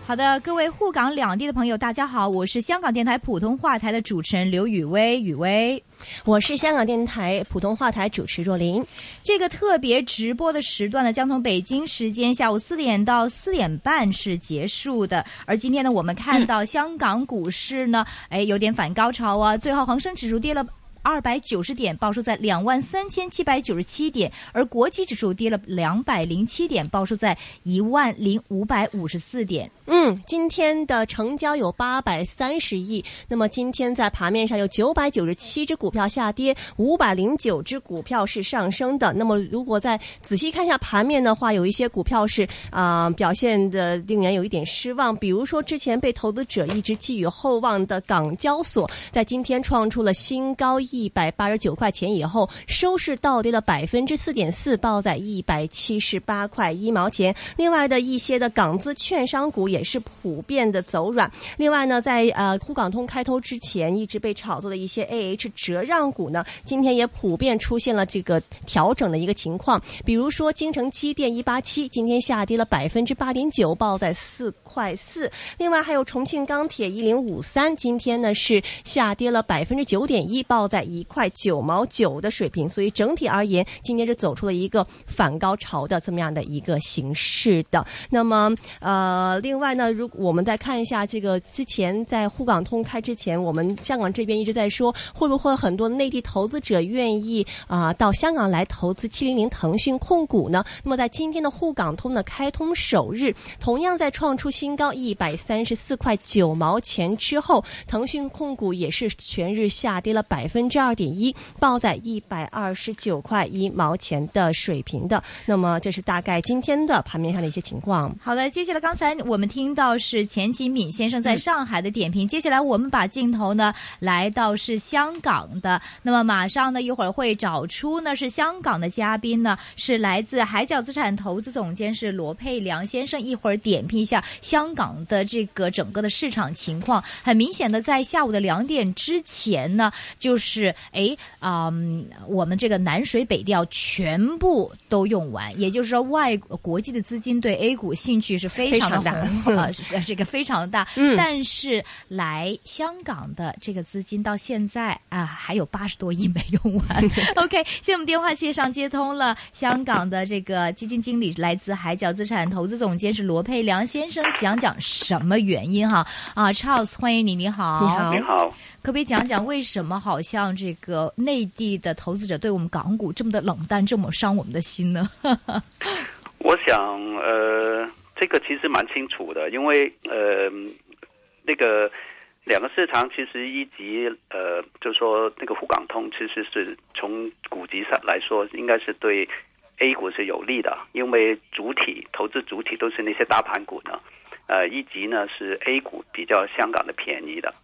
好的，各位沪港两地的朋友大家好，我是香港电台普通话台的主持人刘雨薇， 我是香港电台普通话台主持若琳。 这个特别直播的时段呢，将从北京时间下午4点到4点半是结束的。而今天呢，我们看到香港股市呢，有点反高潮啊，最后恒生指数跌了290点，报收在23797点，而国际指数跌了207点，报收在10554点。 今天的成交有830亿，那么今天在盘面上有997只股票下跌，509只股票是上升的。那么如果再仔细看一下盘面的话，有一些股票是表现的令人有一点失望，比如说之前被投资者一直寄予厚望的港交所，在今天创出了新高189块钱以后，收市倒跌了4.4%，报在178块1毛钱。另外的一些的港资券商股也是普遍的走软。另外呢，在沪港通开通之前一直被炒作的一些 AH 折让股呢，今天也普遍出现了这个调整的一个情况。比如说京城机电187今天下跌了8.9%，报在4块4。另外还有重庆钢铁1053今天呢是下跌了9.1%，报在1块9毛9的水平。所以整体而言，今天是走出了一个反高潮的这么样的一个形式的。那么另外呢，如果我们再看一下这个之前在沪港通开之前，我们香港这边一直在说会不会很多内地投资者愿意到香港来投资700腾讯控股呢？那么在今天的沪港通的开通首日，同样在创出新高134块9毛钱之后，腾讯控股也是全日下跌了2.1%，报在129块1毛钱的水平的。那么这是大概今天的盘面上的一些情况。 好的，接下来刚才我们听到是钱其敏先生在上海的点评，接下来我们把镜头呢来到是香港的，那么马上呢一会儿会找出呢是香港的嘉宾呢是来自海角资产投资总监是罗佩良先生，一会儿点评一下香港的这个整个的市场情况。很明显的在下午的2点之前呢，就是我们这个南水北调全部都用完，也就是说国际的资金对 A 股兴趣是非常的大，这个非常大。但是来香港的这个资金到现在还有80多亿没用完。OK， 现在我们电话线上接通了香港的这个基金经理，来自海角资产投资总监是罗佩良先生，讲讲什么原因哈？Charles， 欢迎你，你好。 你好。 可不可以讲讲为什么好像这个内地的投资者对我们港股这么的冷淡，这么伤我们的心呢？ 我想这个其实蛮清楚的，因为那个两个市场其实一级就说那个沪港通其实是从股级上来说应该是对 A 股是有利的，因为投资主体都是那些大盘股呢，一级呢是 A 股比较香港的便宜的，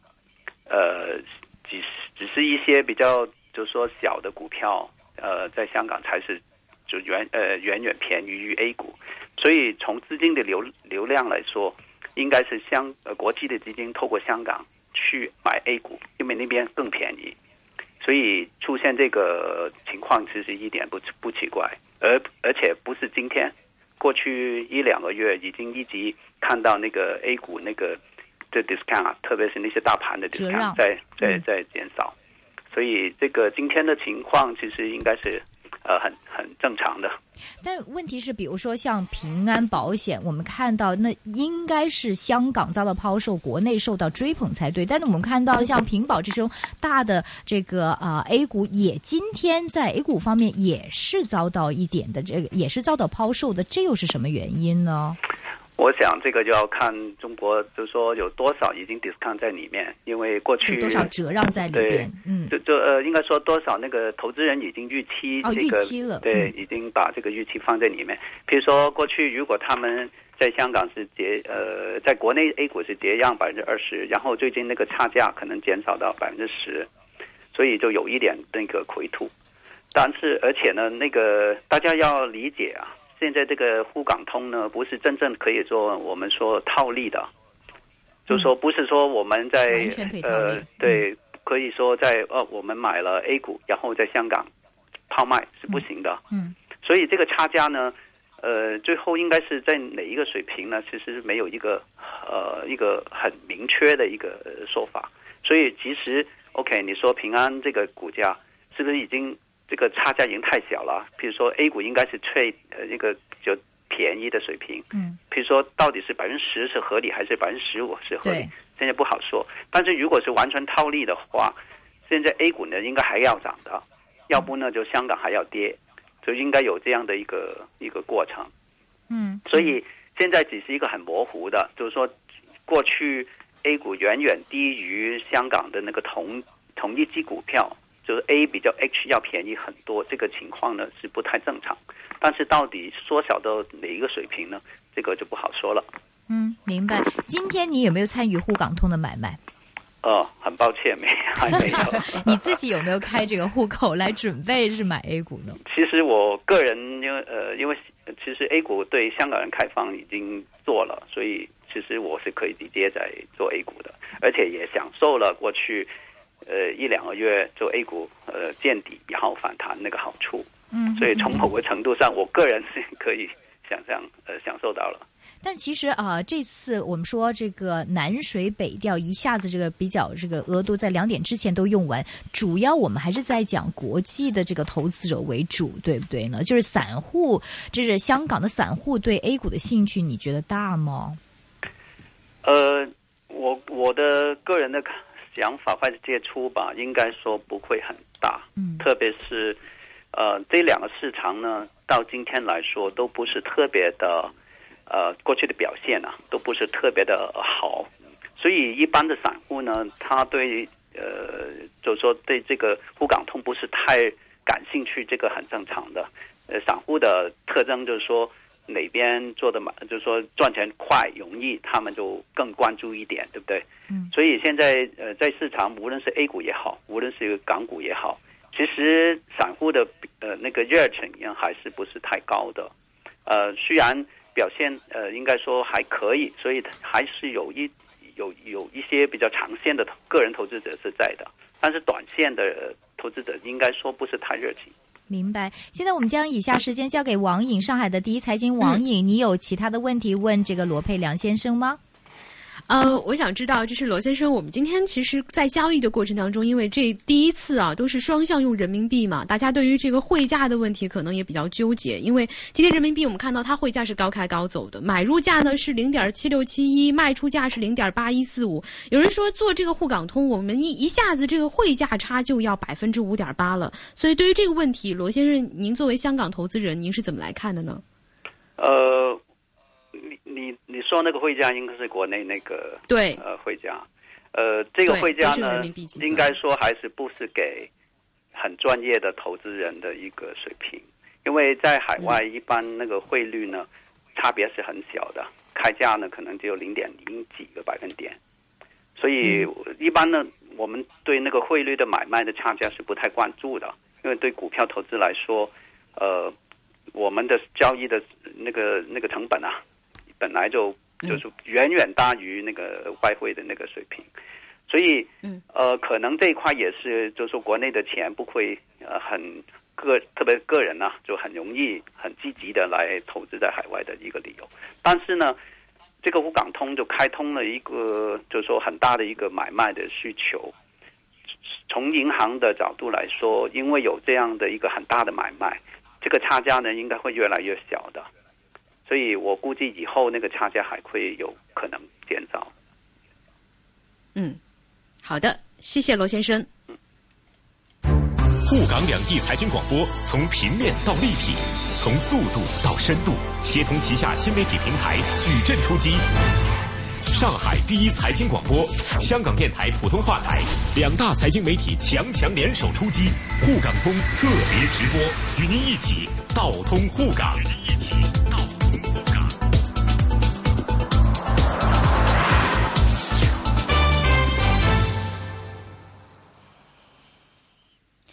只是一些比较就是说小的股票在香港才是就远远便宜于 A 股，所以从资金的流量来说，应该是国际的资金透过香港去买 A 股，因为那边更便宜，所以出现这个情况其实一点不奇怪，而且不是今天，过去1-2个月已经一直看到那个 A 股那个的 discount， 特别是那些大盘的 discount 在减少，所以这个今天的情况其实应该是很正常的。 但是问题是，比如说像平安保险，我们看到那应该是香港遭到抛售，国内受到追捧才对。但是我们看到像平保这种大的这个A 股，也今天在 A 股方面也是遭到一点的这个也是遭到抛售的，这又是什么原因呢？ 我想这个就要看中国，就是说有多少已经 discount 在里面，因为过去有多少折让在里边， 应该说多少那个投资人已经预期这个预期了， 对，已经把这个预期放在里面。比如说过去如果他们在香港是在国内 A 股是跌让20%，然后最近那个差价可能减少到10%，所以就有一点那个回吐。但是而且呢，那个大家要理解啊。现在这个沪港通呢，不是真正可以做我们说套利的，就是说不是说我们在完全可以套利， 对，可以说在我们买了 A 股，然后在香港抛卖是不行的。所以这个差价呢， 最后应该是在哪一个水平呢？其实没有一个很明确的一个说法。所以其实 OK， 你说平安这个股价是不是已经这个差价已经太小了？比如说 A 股应该是一个就便宜的水平，比如说到底是10%是合理还是15%是合理？现在不好说。但是如果是完全套利的话，现在 A 股呢应该还要涨的，要不呢就香港还要跌，就应该有这样的一个过程。所以现在只是一个很模糊的，就是说过去 A 股远远低于香港的那个同一只股票，就是 A 比较 H 要便宜很多，这个情况呢是不太正常。但是到底缩小到哪一个水平呢？这个就不好说了。 明白。今天你有没有参与沪港通的买卖？ 很抱歉，还没有。 你自己有没有开这个户口来准备是买 A 股呢？ 其实我个人因为其实 A 股对香港人开放已经做了，所以其实我是可以直接在做 A 股的，而且也享受了过去1-2个月做 A 股见底然后反弹那个好处。所以从某个程度上，我个人是可以享受到了。但其实这次我们说这个南水北调一下子这个比较这个额度在2点之前都用完，主要我们还是在讲国际的这个投资者为主，对不对呢？就是散户，这是香港的散户对 A 股的兴趣，你觉得大吗？ 我的个人的想法或者接触吧，应该说不会很大。特别是这两个市场呢，到今天来说都不是特别的过去的表现啊，都不是特别的好，所以一般的散户呢，他对就是说对这个沪港通不是太感兴趣，这个很正常的。散户的特征就是说哪边做的嘛，就是说赚钱快容易，他们就更关注一点，对不对？所以现在在市场，无论是 A 股也好，无论是港股也好，其实散户的那个热情还是不是太高的。虽然表现应该说还可以，所以还是有一些比较长线的个人投资者是在的，但是短线的投资者应该说不是太热情。 明白。现在我们将以下时间交给王颖，上海的第一财经王颖，你有其他的问题问这个罗佩良先生吗？ 我想知道，就是罗先生，我们今天其实在交易的过程当中，因为这第一次啊都是双向用人民币嘛，大家对于这个汇价的问题可能也比较纠结，因为今天人民币我们看到它汇价是高开高走的，买入价呢是 0.7671， 卖出价是 0.8145。有人说做这个沪港通，我们一下子这个汇价差就要 5.8% 了，所以对于这个问题，罗先生您作为香港投资人，您是怎么来看的呢？ 你说那个汇价应该是国内那个对汇价，这个汇价呢，应该说还是不是给很专业的投资人的一个水平，因为在海外一般那个汇率呢差别是很小的，开价呢可能只有0.0几个百分点，所以一般呢我们对那个汇率的买卖的差价是不太关注的，因为对股票投资来说，我们的交易的那个成本啊，本来就是远远大于那个外汇的那个水平，所以可能这一块也是就是说国内的钱不会特别个人啊就很容易很积极的来投资在海外的一个理由。但是呢，这个沪港通就开通了一个就是说很大的一个买卖的需求。从银行的角度来说，因为有这样的一个很大的买卖，这个差价呢应该会越来越小的。所以我估计以后那个差价还会有可能减少。 好的，谢谢罗先生。 沪港两地财经广播，从平面到立体，从速度到深度，协同旗下新媒体平台矩阵出击。上海第一财经广播，香港电台普通话台，两大财经媒体强联手出击，沪港通特别直播，与您一起道通沪港。 各位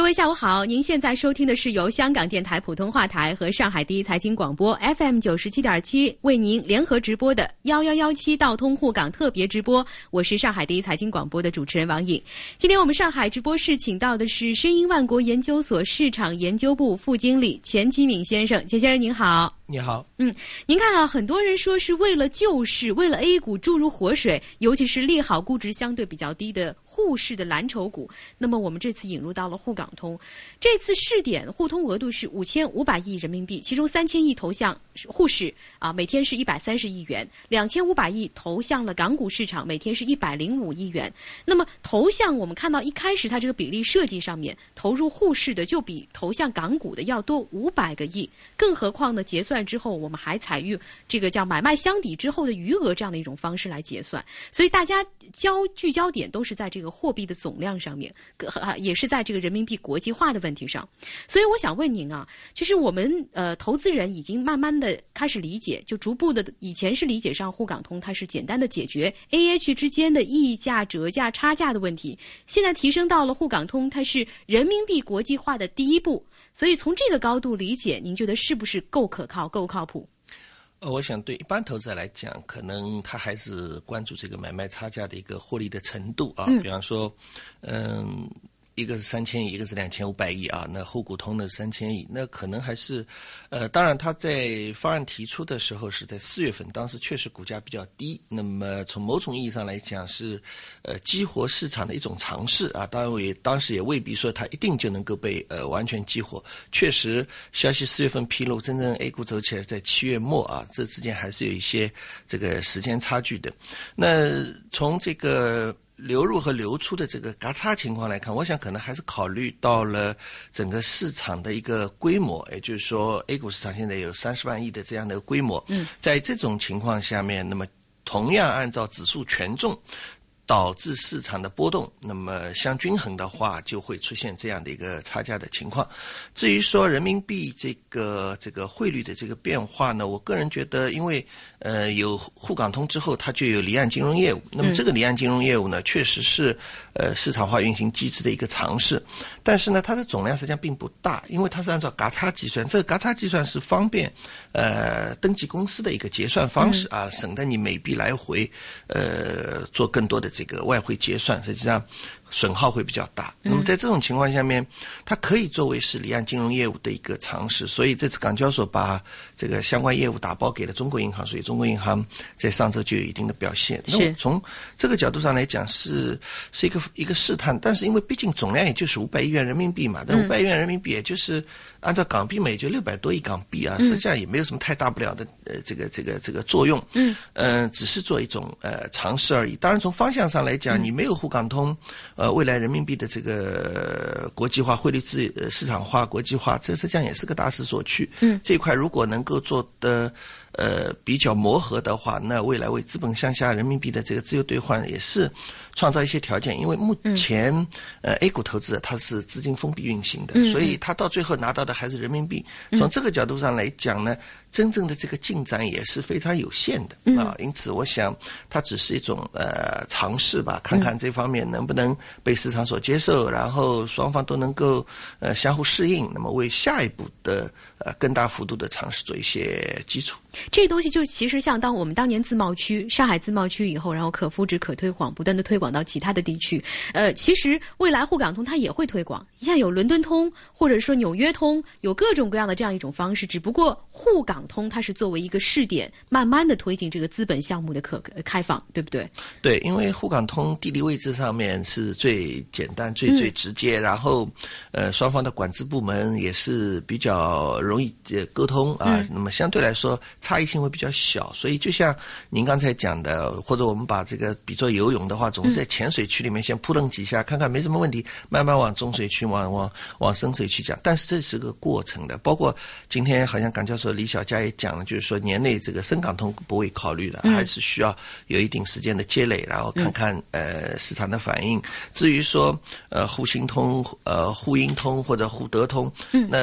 位下午好，您现在收听的是由香港电台普通话台和上海第一财经广播 FM 97.7为您联合直播的1117道通沪港特别直播，我是上海第一财经广播的主持人王颖。今天我们上海直播室请到的是申英万国研究所市场研究部副经理钱基敏先生，钱先生您好。 你好。 您看啊，很多人说是为了救市，为了 A 股注入活水，尤其是利好估值相对比较低的沪市的蓝筹股，那么我们这次引入到了沪港通，这次试点互通额度是5500亿人民币，其中3000亿投向沪市每天是130亿元，2500亿投向了港股市场，每天是105亿元。那么投向我们看到一开始它这个比例设计上面，投入沪市的就比投向港股的要多500个亿，更何况呢结算之后我们还采用这个叫买卖相抵之后的余额这样的一种方式来结算，所以大家聚焦点都是在这个货币的总量上面，也是在这个人民币国际化的问题上。所以我想问您啊，就是我们投资人已经慢慢的开始理解，就逐步的以前是理解上沪港通它是简单的解决 AH 之间的溢价、折价、差价的问题，现在提升到了沪港通它是人民币国际化的第一步。所以从这个高度理解，您觉得是不是够可靠、够靠谱？ 我想对一般投资者来讲，可能他还是关注这个买卖差价的一个获利的程度啊。比方说，一个是3000亿，一个是2500亿啊，那沪股通的3000亿，那可能还是，当然他在方案提出的时候是在4月份，当时确实股价比较低，那么从某种意义上来讲是，激活市场的一种尝试啊，当时也未必说它一定就能够被完全激活，确实消息4月份披露，真正 A 股走起来在7月末啊，这之间还是有一些这个时间差距的。那从这个流入和流出的这个嘎差情况来看，我想可能还是考虑到了整个市场的一个规模，也就是说 A 股市场现在有30万亿的这样的规模，在这种情况下面，那么同样按照指数权重导致市场的波动，那么相均衡的话，就会出现这样的一个差价的情况。至于说人民币这个汇率的这个变化呢，我个人觉得，因为有沪港通之后，它就有离岸金融业务。那么这个离岸金融业务呢，确实是市场化运行机制的一个尝试，但是呢，它的总量实际上并不大，因为它是按照嘎差计算。这个嘎差计算是方便登记公司的一个结算方式啊，省得你每笔来回做更多的这个外汇结算，实际上损耗会比较大。那么在这种情况下面，它可以作为是离岸金融业务的一个尝试，所以这次港交所把这个相关业务打包给了中国银行，所以中国银行在上周就有一定的表现。那么从这个角度上来讲是一个试探，但是因为毕竟总量也就是500亿元人民币嘛，但500亿元人民币也就是按照港币嘛，也就600多亿港币啊，实际上也没有什么太大不了的这个作用。只是做一种尝试而已。当然从方向上来讲，你没有沪港通，未来人民币的这个国际化、汇率市场化、国际化，这实际上也是个大势所趋。这一块如果能够做的比较磨合的话，那未来为资本向下人民币的这个自由兑换也是创造一些条件。因为目前A 股投资者它是资金封闭运行的，所以它到最后拿到的还是人民币。从这个角度上来讲呢，真正的这个进展也是非常有限的啊。因此我想它只是一种尝试吧，看看这方面能不能被市场所接受，然后双方都能够相互适应，那么为下一步的更大幅度的尝试做一些基础。 这东西就其实像我们当年自贸区，上海自贸区以后，然后可复制可推广，不断的推广到其他的地区。其实未来沪港通它也会推广，像有伦敦通或者说纽约通，有各种各样的这样一种方式，只不过沪港通它是作为一个试点，慢慢的推进这个资本项目的开放，对不对？ 对，因为沪港通地理位置上面是最简单、最直接，然后双方的管制部门也是比较容易沟通啊。那么相对来说差异性会比较小，所以就像您刚才讲的，或者我们把这个比作游泳的话，总是在浅水区里面先扑棱几下，看看没什么问题，慢慢往中水区、往深水区讲。但是这是个过程的，包括今天好像港交所李小加也讲了，就是说年内这个深港通不会考虑的，还是需要有一定时间的积累，然后看看市场的反应。至于说沪新通、沪英通或者沪德通，那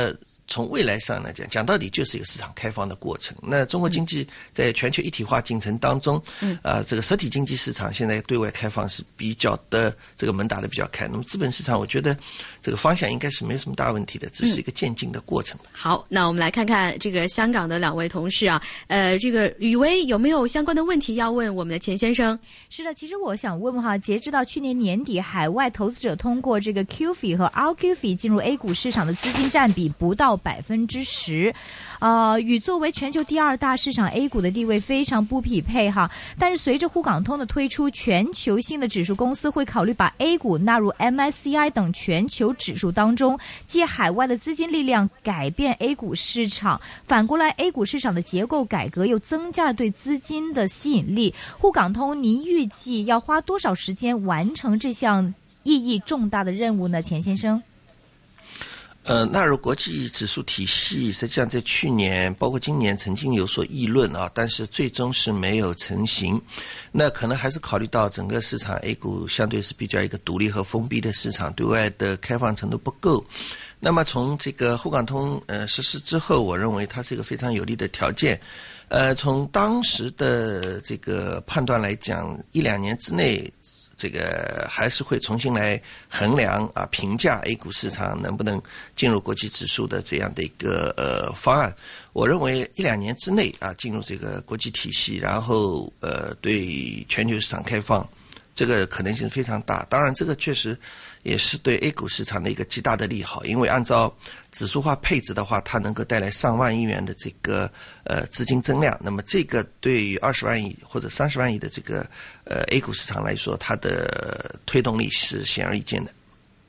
从未来上来讲到底就是一个市场开放的过程。那中国经济在全球一体化进程当中，这个实体经济市场现在对外开放是比较的这个门打得比较开。那么资本市场，我觉得这个方向应该是没什么大问题的，只是一个渐进的过程。 好，那我们来看看这个香港的两位同事啊，这个雨薇有没有相关的问题要问我们的钱先生？ 是的，其实我想问哈，截至到去年年底，海外投资者通过这个 QFII 和 RQFII 进入 A 股市场的资金占比不到10%，与作为全球第2大市场 A 股的地位非常不匹配哈。但是随着沪港通的推出，全球性的指数公司会考虑把 A 股纳入 MSCI 等全球指数当中，借海外的资金力量改变 A 股市场。反过来 A 股市场的结构改革又增加了对资金的吸引力。沪港通您预计要花多少时间完成这项意义重大的任务呢？钱先生。 纳入国际指数体系，实际上在去年包括今年曾经有所议论啊，但是最终是没有成型。那可能还是考虑到整个市场 A 股相对是比较一个独立和封闭的市场，对外的开放程度不够。那么从这个沪港通实施之后，我认为它是一个非常有利的条件。从当时的这个判断来讲，1-2年之内，这个还是会重新来衡量啊，评价 A 股市场能不能进入国际指数的这样的一个方案。我认为1-2年之内啊，进入这个国际体系，然后对全球市场开放，这个可能性非常大。当然，这个确实也是对 A 股市场的一个极大的利好，因为按照指数化配置的话，它能够带来上万亿元的这个资金增量。那么这个对于20万亿或者30万亿的这个A 股市场来说，它的推动力是显而易见的。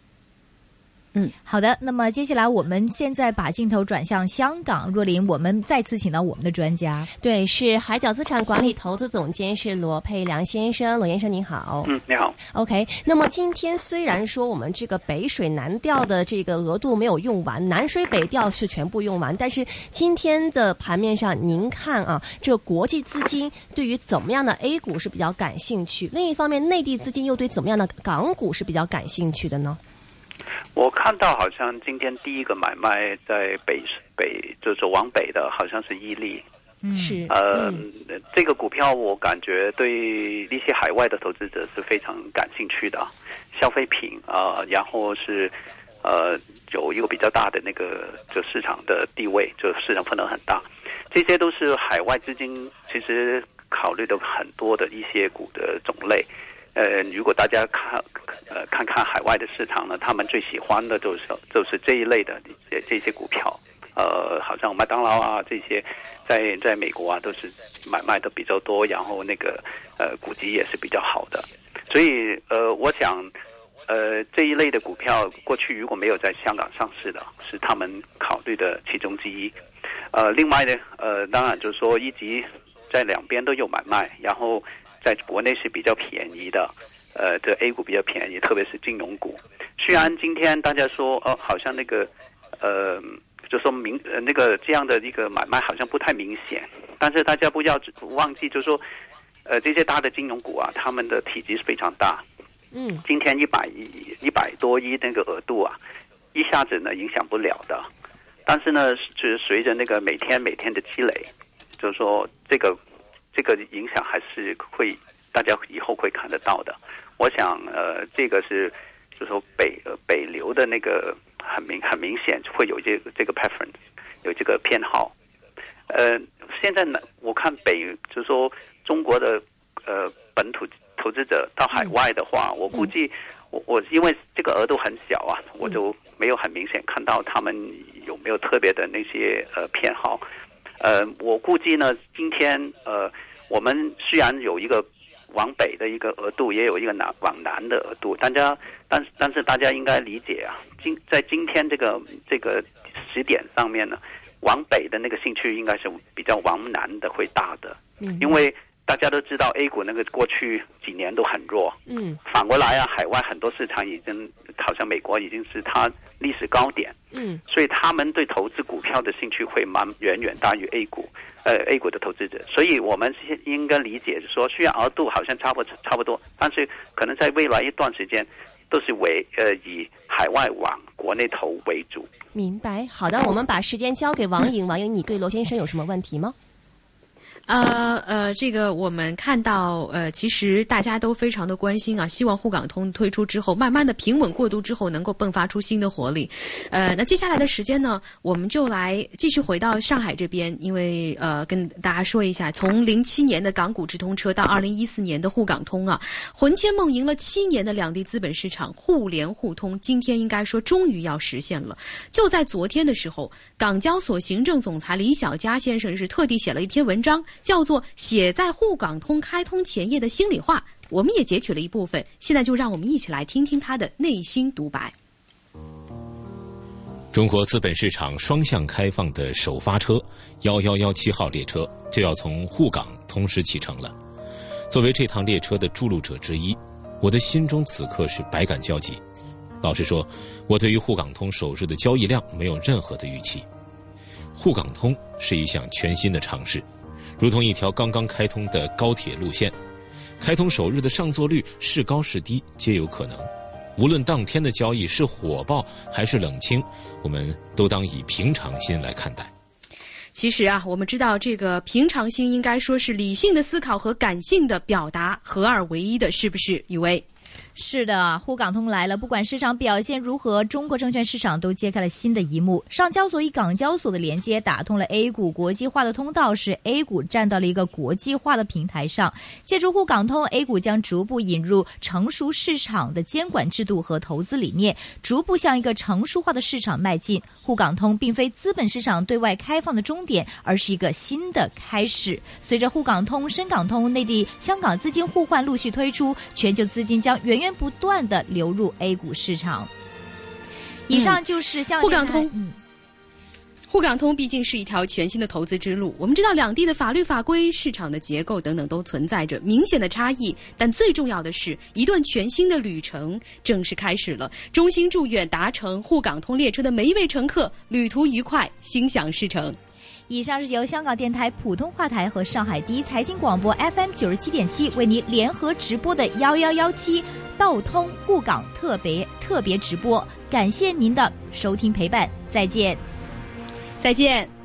好的。那么接下来我们现在把镜头转向香港，若琳，我们再次请到我们的专家。 对，是海角资产管理投资总监是罗佩良先生。罗先生您好。 你好。 OK， 那么今天虽然说我们这个北水南调的这个额度没有用完，南水北调是全部用完，但是今天的盘面上您看啊，这个国际资金对于怎么样的 A 股是比较感兴趣，另一方面内地资金又对怎么样的港股是比较感兴趣的呢？ 我看到好像今天第一个买卖在北就是往北的，好像是伊利。 是。 这个股票我感觉对一些海外的投资者是非常感兴趣的，消费品然后是有一个比较大的那个就市场的地位，就市场份额很大，这些都是海外资金其实考虑的很多的一些股的种类。如果大家看看海外的市场呢，他们最喜欢的就是这一类的这些股票，好像麦当劳啊这些，在美国啊都是买卖的比较多，然后那个股息也是比较好的，所以我想这一类的股票过去如果没有在香港上市的，是他们考虑的其中之一。另外呢，当然就是说一级在两边都有买卖，然后在国内是比较便宜的，这 A 股比较便宜，特别是金融股。虽然今天大家说好像那个就说那个这样的一个买卖好像不太明显，但是大家不要忘记，就是说这些大的金融股啊，他们的体积是非常大。今天100多亿那个额度啊，一下子呢影响不了的。但是呢，是随着那个每天的积累，就是说这个影响还是会大家以后会看得到的。我想这个是就是说北流的那个很明显会有这个 preference， 有这个偏好。现在呢，我看就是说中国的本土投资者到海外的话，我估计我因为这个额度很小啊，我就没有很明显看到他们有没有特别的那些偏好。我估计呢，今天我们虽然有一个往北的一个额度，也有一个往南的额度，但是大家应该理解啊，在今天这个时点上面呢，往北的那个兴趣应该是比较往南的会大的，因为大家都知道 A 股那个过去几年都很弱，反过来啊，海外很多市场已经好像美国已经是它历史高点，所以他们对投资股票的兴趣会远远大于 A 股的投资者，所以我们应该理解说，虽然额度好像差不多，但是可能在未来一段时间都是以海外往国内投为主。 明白。好的，我们把时间交给王颖。王颖，你对罗先生有什么问题吗？ 这个我们看到，其实大家都非常的关心啊，希望沪港通推出之后，慢慢的平稳过渡之后，能够迸发出新的活力。那接下来的时间呢，我们就来继续回到上海这边，因为跟大家说一下，从07年的港股直通车到2014年的沪港通啊，魂牵梦萦了7年的两地资本市场互联互通，今天应该说终于要实现了。就在昨天的时候，港交所行政总裁李小加先生是特地写了一篇文章，叫做写在沪港通开通前夜的心里话，我们也截取了一部分，现在就让我们一起来听听他的内心独白。 中国资本市场双向开放的首发车1117号列车就要从沪港同时启程了。作为这趟列车的筑路者之一，我的心中此刻是百感交集。老实说，我对于沪港通首日的交易量没有任何的预期。沪港通是一项全新的尝试，如同一条刚刚开通的高铁路线，开通首日的上座率是高是低皆有可能。无论当天的交易是火爆还是冷清，我们都当以平常心来看待。 其实啊，我们知道这个平常心应该说是理性的思考和感性的表达合二为一的，是不是宇威？ 是的，沪港通来了，不管市场表现如何，中国证券市场都揭开了新的一幕。上交所与港交所的连接打通了 A 股国际化的通道，使 A 股站到了一个国际化的平台上。借助沪港通， A 股将逐步引入成熟市场的监管制度和投资理念，逐步向一个成熟化的市场迈进。沪港通并非资本市场对外开放的终点，而是一个新的开始。随着沪港通、深港通、内地、香港资金互换陆续推出，全球资金将源源不断的流入 A 股市场。以上就是沪港通。沪港通毕竟是一条全新的投资之路，我们知道两地的法律法规、市场的结构等等都存在着明显的差异，但最重要的是一段全新的旅程正式开始了。衷心祝愿搭乘沪港通列车的每一位乘客旅途愉快，心想事成。 以上是由香港电台普通话台和上海第一财经广播 FM 97.7为您联合直播的1117道通沪港特别直播，感谢您的收听陪伴，再见。 再见。